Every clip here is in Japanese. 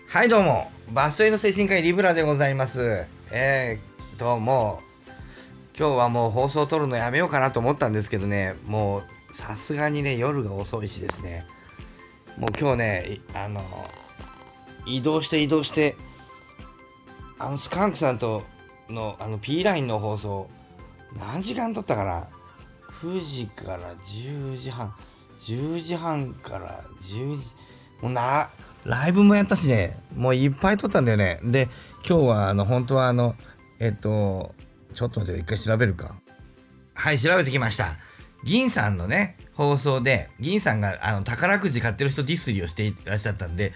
はいどうも、バスへの精神科医リブラでございます。もう今日はもう放送を撮るのやめようかなと思ったんですけどね、もうさすがにね夜が遅いしですね、もう今日ね移動してスカンクさんとのP ラインの放送何時間撮ったかな。9時から10時半10時半から12時、もうライブもやったしね、もういっぱい撮ったんだよね。で、今日は本当はちょっと待って、一回調べるか。はい、調べてきました。銀さんのね、放送で、銀さんが宝くじ買ってる人ディスリをしていらっしゃったんで、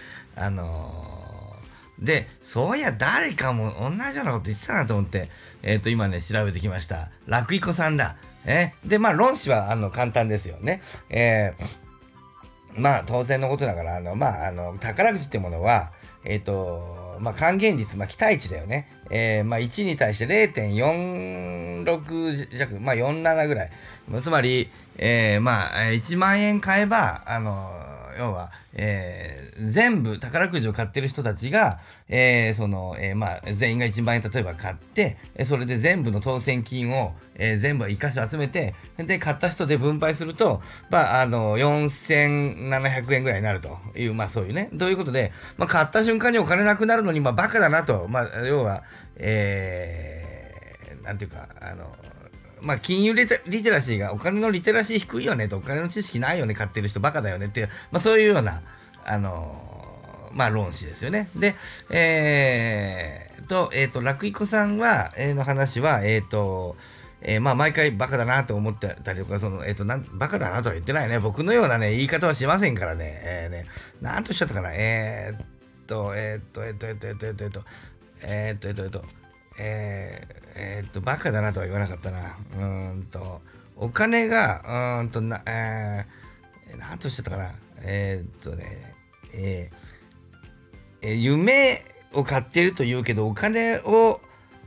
で、そういや誰かも同じようなこと言ってたなと思って、今ね、調べてきました。楽彦さんだ。で、まあ、論旨は簡単ですよね。まあ当然のことだから宝くじってものは還元率、期待値だよね。1に対して 0.46 弱、47ぐらい。つまり、1万円買えば要は、全部宝くじを買ってる人たちが、全員が1万円例えば買って、それで全部の当選金を、全部1箇所集めて、で買った人で分配すると、4700円ぐらいになるという、そういうね、ということで、買った瞬間にお金なくなるのに、バカだなと、要は、なんていうか、金融リテラシーが、お金のリテラシー低いよねと、お金の知識ないよね、買ってる人バカだよねっていう、そういうような、論旨ですよね。で、楽彦さんは、の話は、毎回バカだなと思ってたりとか、バカだなとは言ってないね。僕のようなね、言い方はしませんからね。なんとおっしゃったかな。バカだなとは言わなかったな。お金が、なんとおっしゃったかな。夢を買っていると言うけど、お金を、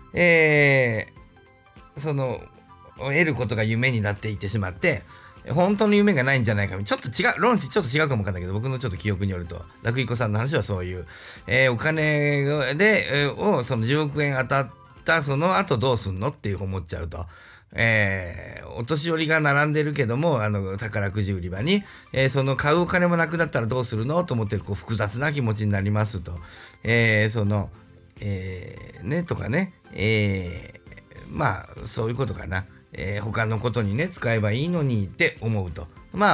得ることが夢になっていってしまって、本当の夢がないんじゃないか。ちょっと違う、論旨ちょっと違うかもわかんないけど、僕のちょっと記憶によると、楽彦さんの話はそういう、お金で、その10億円当たったその後どうすんのっていう思っちゃうと。お年寄りが並んでるけども、宝くじ売り場に、その買うお金もなくなったらどうするのと思って、複雑な気持ちになりますと。とかね、そういうことかな。他のことにね、使えばいいのにって思うと。あ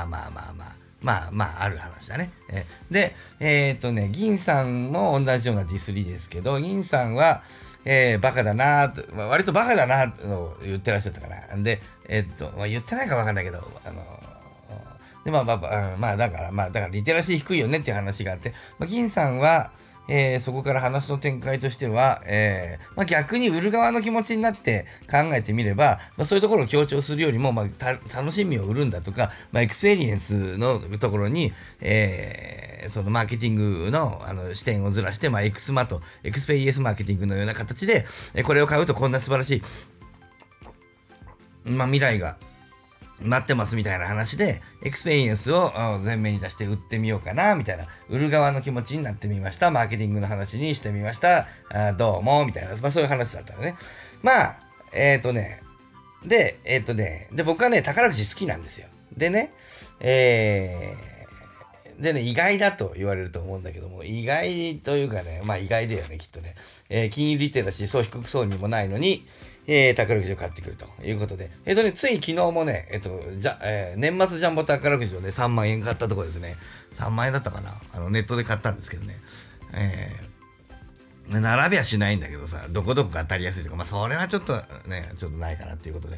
る話だね。で、銀さんも同じようなディスリですけど、銀さんは、バカだなと、割とバカだなと言ってらっしゃったから。で、言ってないかわかんないけど、だからリテラシー低いよねっていう話があって、銀さんは、そこから話の展開としては、逆に売る側の気持ちになって考えてみれば、そういうところを強調するよりも、楽しみを売るんだとか、エクスペリエンスのところに、そのマーケティングの、視点をずらして、エクスペリエンスマーケティングのような形で、これを買うとこんな素晴らしい、未来が待ってますみたいな話で、エクスペリエンスを前面に出して売ってみようかな、みたいな、売る側の気持ちになってみました。マーケティングの話にしてみました。どうも、みたいな、そういう話だったらね。で、僕はね、宝くじ好きなんですよ。でね、意外だと言われると思うんだけども、意外というかね、意外だよね、きっとね。金融リテラシー、そう低くそうにもないのに、宝くじを買ってくるということで。つい昨日もね、年末ジャンボ宝くじをね、3万円買ったところですね。3万円だったかな。ネットで買ったんですけどね。並びはしないんだけどさ、どこどこが当たりやすいとか、それはちょっとないかなっていうことで。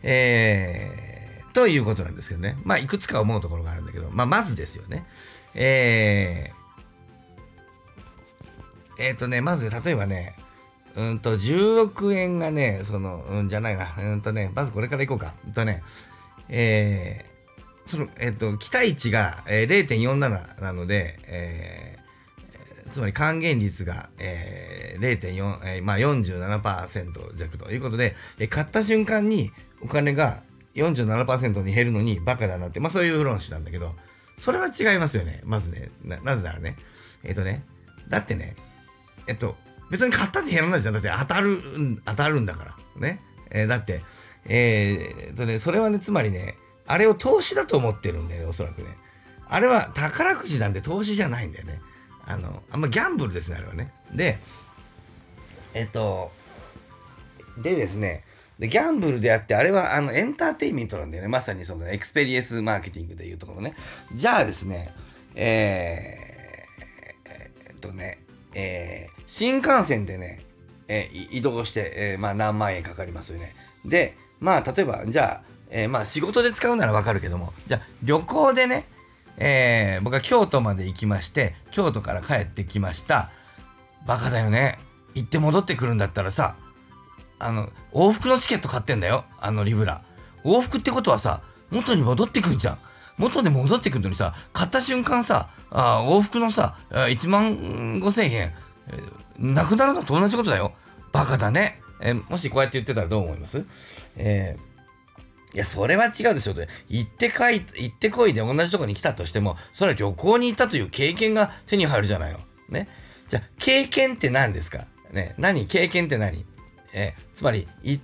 ということなんですけどね。いくつか思うところがあるんだけど、まずですよね。まず例えばね、10億円がね、じゃないな、まずこれからいこうか。期待値が、0.47 なので、つまり還元率が、0.4、47% 弱ということで、買った瞬間にお金が 47% に減るのにバカだなって、そういう論旨なんだけど、それは違いますよね。まずね、なぜならね、 だってね、別に買ったって減らないじゃん。だって当たるんだから。ね。だって、それはね、つまりね、あれを投資だと思ってるんだよね、おそらくね。あれは宝くじなんで投資じゃないんだよね。あんまギャンブルですね、あれはね。で、でですね、ギャンブルであって、あれはエンターテインメントなんだよね。まさにそのエクスペリエンスマーケティングでいうところね。じゃあですね、新幹線でね、移動して、何万円かかりますよね。で、例えば、じゃあ、仕事で使うならわかるけども、じゃあ、旅行でね、僕は京都まで行きまして、京都から帰ってきました。バカだよね。行って戻ってくるんだったらさ、往復のチケット買ってんだよ。リブラ。往復ってことはさ、元に戻ってくるじゃん。元で戻ってくるのにさ、買った瞬間さ、往復のさ、1万5,000円、なくなるのと同じことだよ。バカだね。もしこうやって言ってたらどう思います？いや、それは違うでしょ。行ってこいで同じとこに来たとしても、それは旅行に行ったという経験が手に入るじゃないの。ね。じゃあ、経験って何ですか？ね。経験って何？つまり、行って、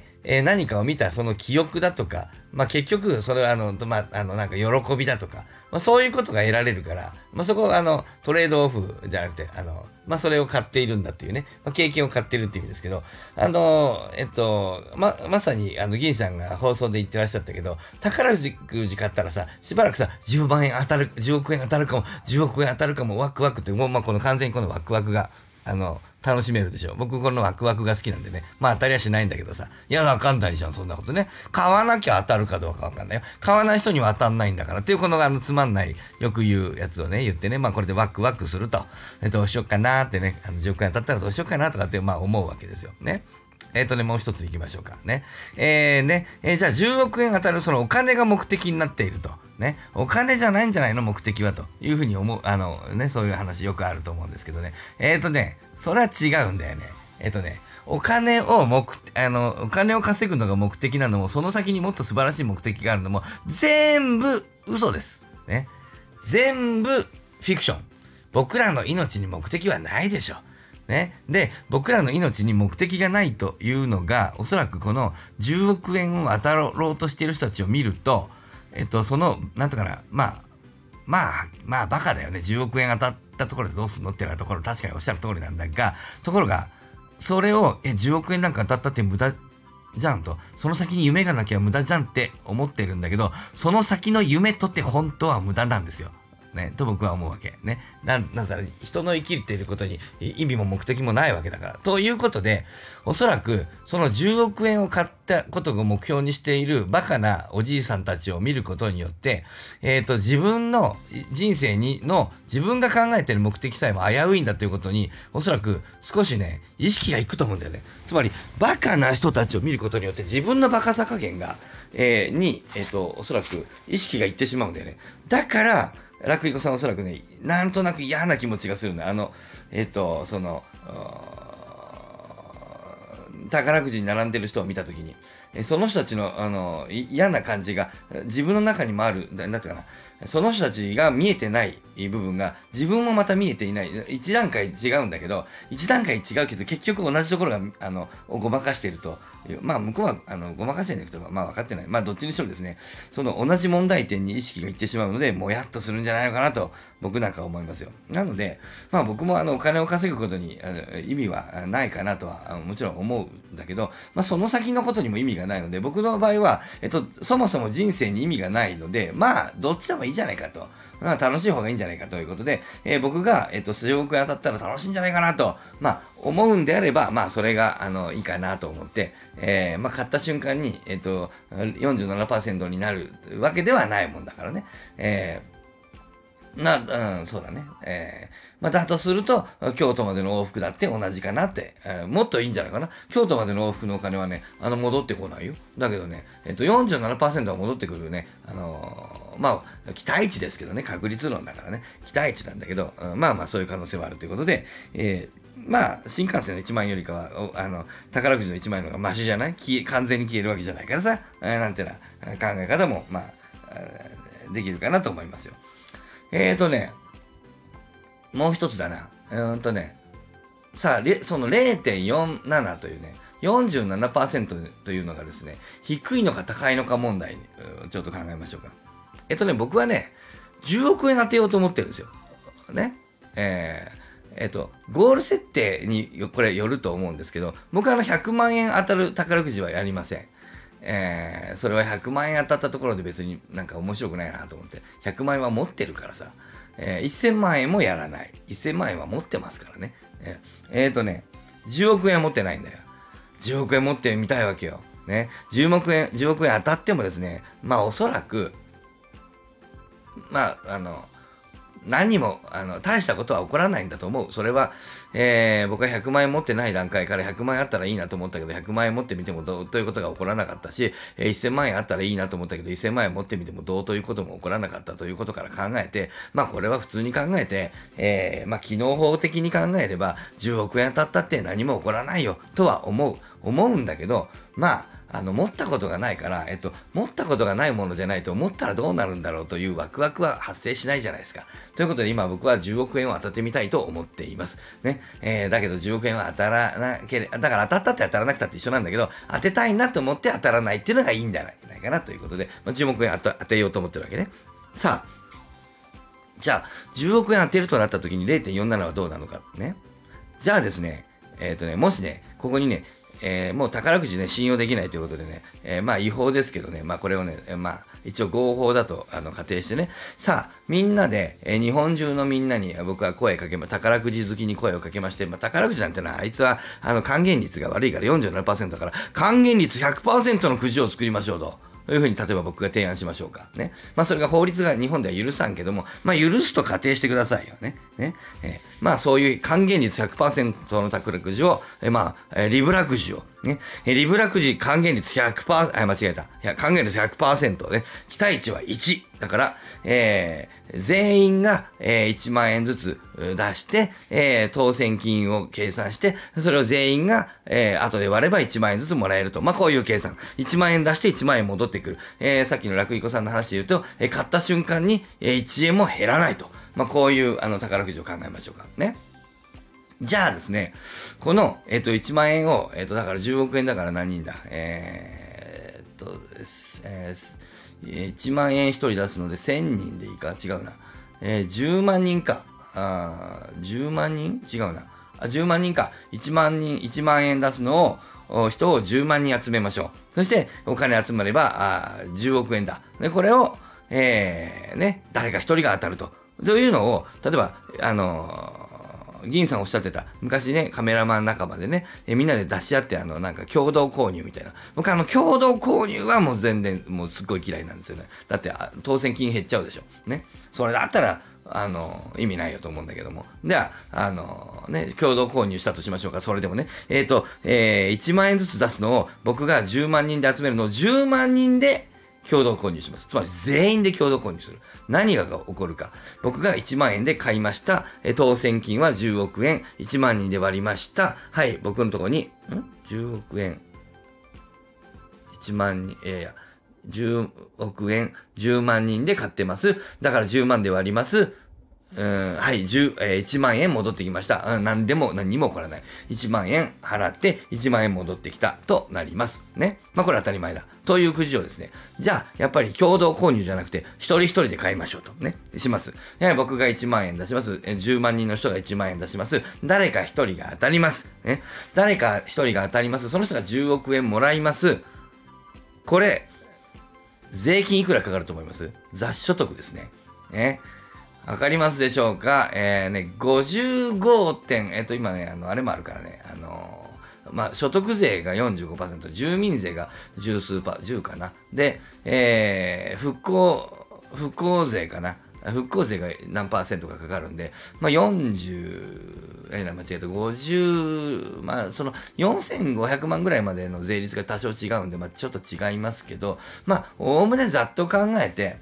何かを見たその記憶だとか、結局、それはなんか喜びだとか、そういうことが得られるから、そこはトレードオフじゃなくて、それを買っているんだっていうね、経験を買ってるっていうんですけど、まさに、銀さんが放送で言ってらっしゃったけど、宝くじ買ったらさ、しばらくさ、10万円当たる、10億円当たるかも、10億円当たるかも、ワクワクって、もう、この完全にこのワクワクが、楽しめるでしょ。僕このワクワクが好きなんでね。当たりはしないんだけどさ。いや、わかんないじゃん、そんなことね。買わなきゃ当たるかどうかわかんないよ。買わない人には当たんないんだから。っていうこのつまんない、よく言うやつをね、言ってね。これでワクワクすると。どうしよっかなーってね。10億円当たったらどうしようかなとかって思うわけですよ。ね。もう一つ行きましょうか。ね。じゃあ10億円当たるそのお金が目的になっていると。ね。お金じゃないんじゃないの目的はというふうに思う。そういう話よくあると思うんですけどね。それは違うんだよね。お金を稼ぐのが目的なのも、その先にもっと素晴らしい目的があるのも、全部嘘です。ね。全部フィクション。僕らの命に目的はないでしょ。ね。で、僕らの命に目的がないというのが、おそらくこの10億円を当たろうとしている人たちを見ると、なんとかな、バカだよね。10億円当たったところでどうすんのっていうようなところ、確かにおっしゃる通りなんだが、ところが、それを、10億円なんか当たったって無駄じゃんと、その先に夢がなきゃ無駄じゃんって思ってるんだけど、その先の夢とって本当は無駄なんですよ。ね、と僕は思うわけ。ね。なぜなら人の生きていることに意味も目的もないわけだから。ということで、おそらくその10億円を買ったことを目標にしているバカなおじいさんたちを見ることによって、自分の人生の自分が考えている目的さえも危ういんだということに、おそらく少しね、意識がいくと思うんだよね。つまり、バカな人たちを見ることによって自分のバカさ加減が、おそらく意識がいってしまうんだよね。だから、楽彦さんおそらくね、なんとなく嫌な気持ちがするんだ。宝くじに並んでる人を見たときに、その人たちの、嫌な感じが、自分の中にもある、なんていうかな、その人たちが見えてない部分が、自分もまた見えていない。一段階違うんだけど、一段階違うけど、結局同じところが、ごまかしていると。向こうは、ごまかしてるんだけど、分かってない。どっちにしろですね、その同じ問題点に意識がいってしまうので、もやっとするんじゃないのかなと、僕なんか思いますよ。なので、僕もお金を稼ぐことに意味はないかなとは、もちろん思うんだけど、その先のことにも意味がないので、僕の場合は、そもそも人生に意味がないので、どっちでもいいじゃないかと。楽しい方がいいんじゃないかということで、僕が、10億円当たったら楽しいんじゃないかなと、思うんであれば、それが、いいかなと思って、買った瞬間に、47% になるわけではないもんだからね。そうだね。だとすると、京都までの往復だって同じかなって、もっといいんじゃないかな。京都までの往復のお金はね、戻ってこないよ。だけどね、47% は戻ってくるね。期待値ですけどね、確率論だからね、期待値なんだけど、そういう可能性はあるということで、新幹線の1万円よりかは、宝くじの1万円の方がマシじゃない？完全に消えるわけじゃないからさ、なんてな考え方も、できるかなと思いますよ。もう一つだな。 さあ、その 0.47 というね、47% というのがですね、低いのか高いのか問題に、ちょっと考えましょうか。僕はね、10億円当てようと思ってるんですよ。ね。ゴール設定にこれよると思うんですけど、僕は100万円当たる宝くじはやりません。それは100万円当たったところで別になんか面白くないなと思って、100万円は持ってるからさ、1000万円もやらない。1000万円は持ってますからね。10億円は持ってないんだよ。10億円持ってみたいわけよ。ね。10億円当たってもですね、まあおそらく、何にも大したことは起こらないんだと思う。それは、僕は100万円持ってない段階から100万円あったらいいなと思ったけど、100万円持ってみてもどうということが起こらなかったし、1000万円あったらいいなと思ったけど、1000万円持ってみてもどうということも起こらなかったということから考えて、これは普通に考えて、機能法的に考えれば、10億円当たったって何も起こらないよとは思うんだけど、持ったことがないから、持ったことがないものじゃないと、持ったらどうなるんだろうというワクワクは発生しないじゃないですか。ということで今僕は10億円を当たってみたいと思っています。ね。だけど10億円は当たらなければ、だから当たったって当たらなくたって一緒なんだけど、当てたいなと思って当たらないっていうのがいいんじゃないかなということで、10億円当てようと思ってるわけね。さあ、じゃあ10億円当てるとなった時に 0.47 はどうなのかね。じゃあですね、もしね、ここにね、もう宝くじね、信用できないということでね、違法ですけどね、これをね、一応合法だと仮定してね、さあ、みんなで、日本中のみんなに僕は宝くじ好きに声をかけまして、宝くじなんてのは、あいつは還元率が悪いから47%だから、還元率 100% のくじを作りましょうと。いうふうに例えば僕が提案しましょうか。ね。それが法律が日本では許さんけども、許すと仮定してくださいよね。ね。そういう還元率 100% の宝くじを、リブラくじを、ね。リブラくじ還元率 100%、間違えた。還元率 100% ね。期待値は1。だから、全員が、1万円ずつ出して、当選金を計算して、それを全員が、後で割れば1万円ずつもらえると。こういう計算。1万円出して1万円戻ってくる。さっきの楽彦さんの話で言うと、買った瞬間に、1円も減らないと。こういう宝くじを考えましょうか。ね。じゃあですね、この、1万円を、だから10億円だから何人だ1万円1人出すので1000人でいいか違うな。10万人か。10万人違うな。10万人か。1万円出すのを、人を10万人集めましょう。そして、お金集まれば、10億円だ。で、これを、誰か一人が当たると。というのを、例えば、銀さんおっしゃってた、昔ね、カメラマン仲間でね、みんなで出し合って、なんか共同購入みたいな。僕共同購入はもう全然、もうすっごい嫌いなんですよね。だって、当選金減っちゃうでしょ。ね。それだったら、意味ないよと思うんだけども。では、共同購入したとしましょうか。それでもね。1万円ずつ出すのを、僕が10万人で集めるのを10万人で、共同購入します。つまり全員で共同購入する。何が起こるか。僕が1万円で買いました。当選金は10億円。1万人で割りました。はい、僕のところに、10億円。1万人、10億円、10万人で買ってます。だから10万で割ります。はい、1万円戻ってきました。何にも起こらない。1万円払って1万円戻ってきたとなります。ね。これ当たり前だ。というくじをですね。じゃあ、やっぱり共同購入じゃなくて、一人一人で買いましょうと。ね。します。僕が1万円出します。10万人の人が1万円出します。誰か一人が当たります。ね。誰か一人が当たります。その人が10億円もらいます。これ、税金いくらかかると思います？雑所得ですね。ね。わかりますでしょうか55点、今ね、あれもあるからね、所得税が 45%、住民税が10数パー、10かな。で、復興税かな。復興税が何パーセントかかかるんで、40、間違えた、50、その4500万ぐらいまでの税率が多少違うんで、ちょっと違いますけど、おおむねざっと考えて、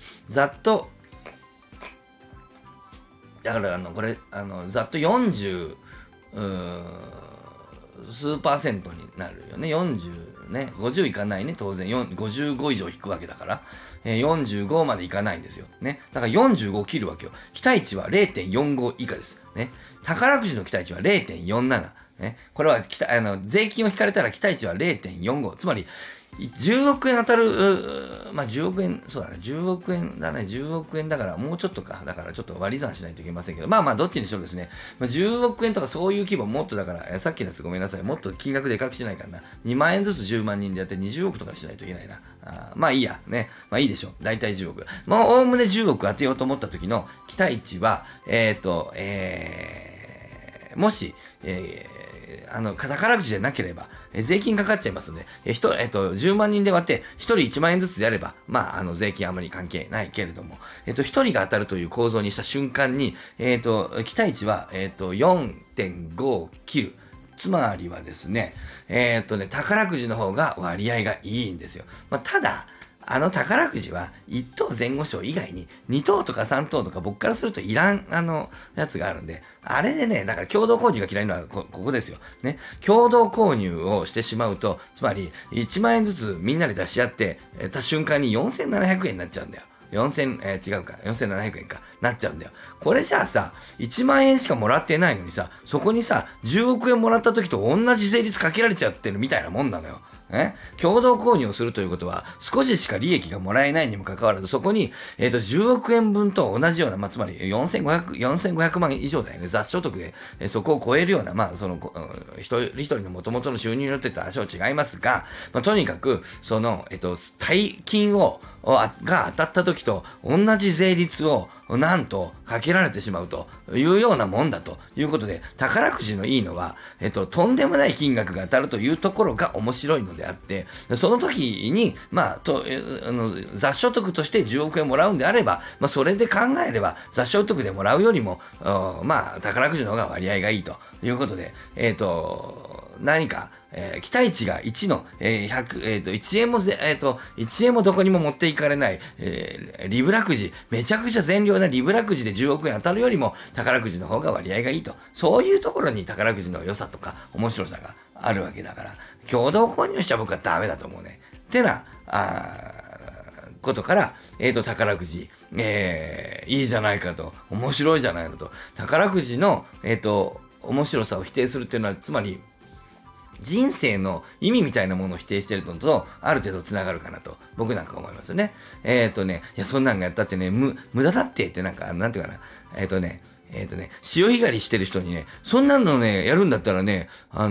だから、これ、ざっと40、 数パーセントになるよね。40ね、50いかないね、当然。55以上引くわけだから、45までいかないんですよ。ね。だから45切るわけよ。期待値は 0.45 以下です。ね。宝くじの期待値は 0.47。ね。これは税金を引かれたら期待値は 0.45。つまり、10億円当たる、まあ10億円、そうだね、10億円だね、10億円だから、もうちょっとか、だからちょっと割り算しないといけませんけど、まあまあ、どっちにしろですね、まあ、10億円とかそういう規模、もっとだから、さっきのやつごめんなさい、もっと金額でかくしないからな、2万円ずつ10万人でやって20億とかしないといけないな。まあいいや、ね、まあいいでしょう、大体10億。まあ、おおむね10億当てようと思った時の期待値は、もし、宝くじでなければ、税金かかっちゃいますので、10万人で割って、1人1万円ずつやれば、まあ、税金あまり関係ないけれども、1人が当たるという構造にした瞬間に、期待値は、4.5 を切る。つまりはですね、宝くじの方が割合がいいんですよ。まあ、ただ、宝くじは1等前後賞以外に2等とか3等とか僕からするといらんやつがあるんで、あれでね、だから共同購入が嫌いなのはここですよ。ね。共同購入をしてしまうと、つまり1万円ずつみんなで出し合ってた瞬間に4700円になっちゃうんだよ。違うか、4700円か、なっちゃうんだよ。これじゃあさ、1万円しかもらってないのにさ、そこにさ、10億円もらった時と同じ税率かけられちゃってるみたいなもんなのよ。共同購入をするということは、少ししか利益がもらえないにもかかわらず、そこに、10億円分と同じような、まあ、つまり4500万以上だよね。雑所得で、そこを超えるような、まあ、一人一人の元々の収入によって多少違いますが、まあ、とにかく、大金が当たった時と同じ税率をなんとかけられてしまうというようなもんだということで、宝くじのいいのは、とんでもない金額が当たるというところが面白いのであって、その時に、まあ、雑所得として10億円もらうんであれば、まあ、それで考えれば雑所得でもらうよりも、まあ、宝くじの方が割合がいいということで、何か、期待値が1の、1円も1円もどこにも持っていかれない、リブラくじ、めちゃくちゃ善良なリブラくじで10億円当たるよりも宝くじの方が割合がいいと。そういうところに宝くじの良さとか面白さがあるわけだから、共同購入しちゃ僕はダメだと思うね。ってな、ことから、宝くじ、いいじゃないかと、面白いじゃないのと、宝くじの、面白さを否定するっていうのは、つまり、人生の意味みたいなものを否定してるのと、ある程度つながるかなと、僕なんか思いますね。いや、そんなんがやったってね、無駄だってなんか、なんていうかな、潮干狩りしてる人にね、そんなのね、やるんだったらね、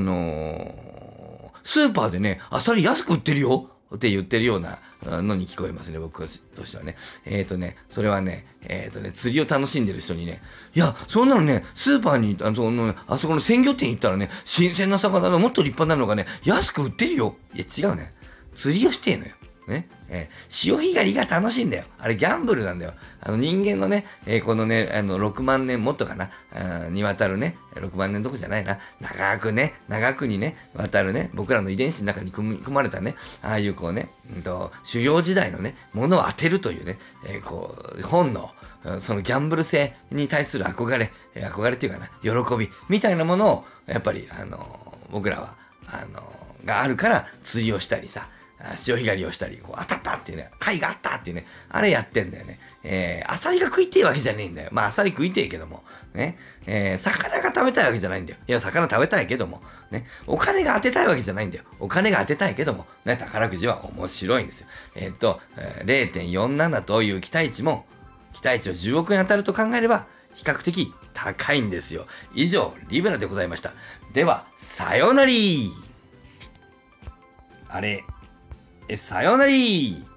スーパーでね、アサリ安く売ってるよって言ってるようなのに聞こえますね、僕としてはね。それはね、釣りを楽しんでる人にね、いや、そんなのね、スーパーに、あそこの鮮魚店行ったらね、新鮮な魚がもっと立派なのがね、安く売ってるよ。いや、違うね。釣りをしてんのよ。ね。潮干狩りが楽しいんだよ。あれギャンブルなんだよ。人間のね、このね、6万年もっとかな、にわたるね、6万年どころじゃないな、長くにね、渡るね、僕らの遺伝子の中に組まれたね、ああいうこうね、修行時代のね、ものを当てるというね、本能、そのギャンブル性に対する憧れっていうかな、喜び、みたいなものを、やっぱり、僕らは、があるから釣りをしたりさ、潮干狩りをしたり、こう当たったっていうね、貝があったっていうね、あれやってんだよね。アサリが食いてえわけじゃねえんだよ。まあ、アサリ食いてえけども、ね。魚が食べたいわけじゃないんだよ。いや、魚食べたいけども、ね。お金が当てたいわけじゃないんだよ。お金が当てたいけども、ね、宝くじは面白いんですよ。0.47 という期待値も、期待値を10億円当たると考えれば、比較的高いんですよ。以上、リベラでございました。では、さよなら。さよなら。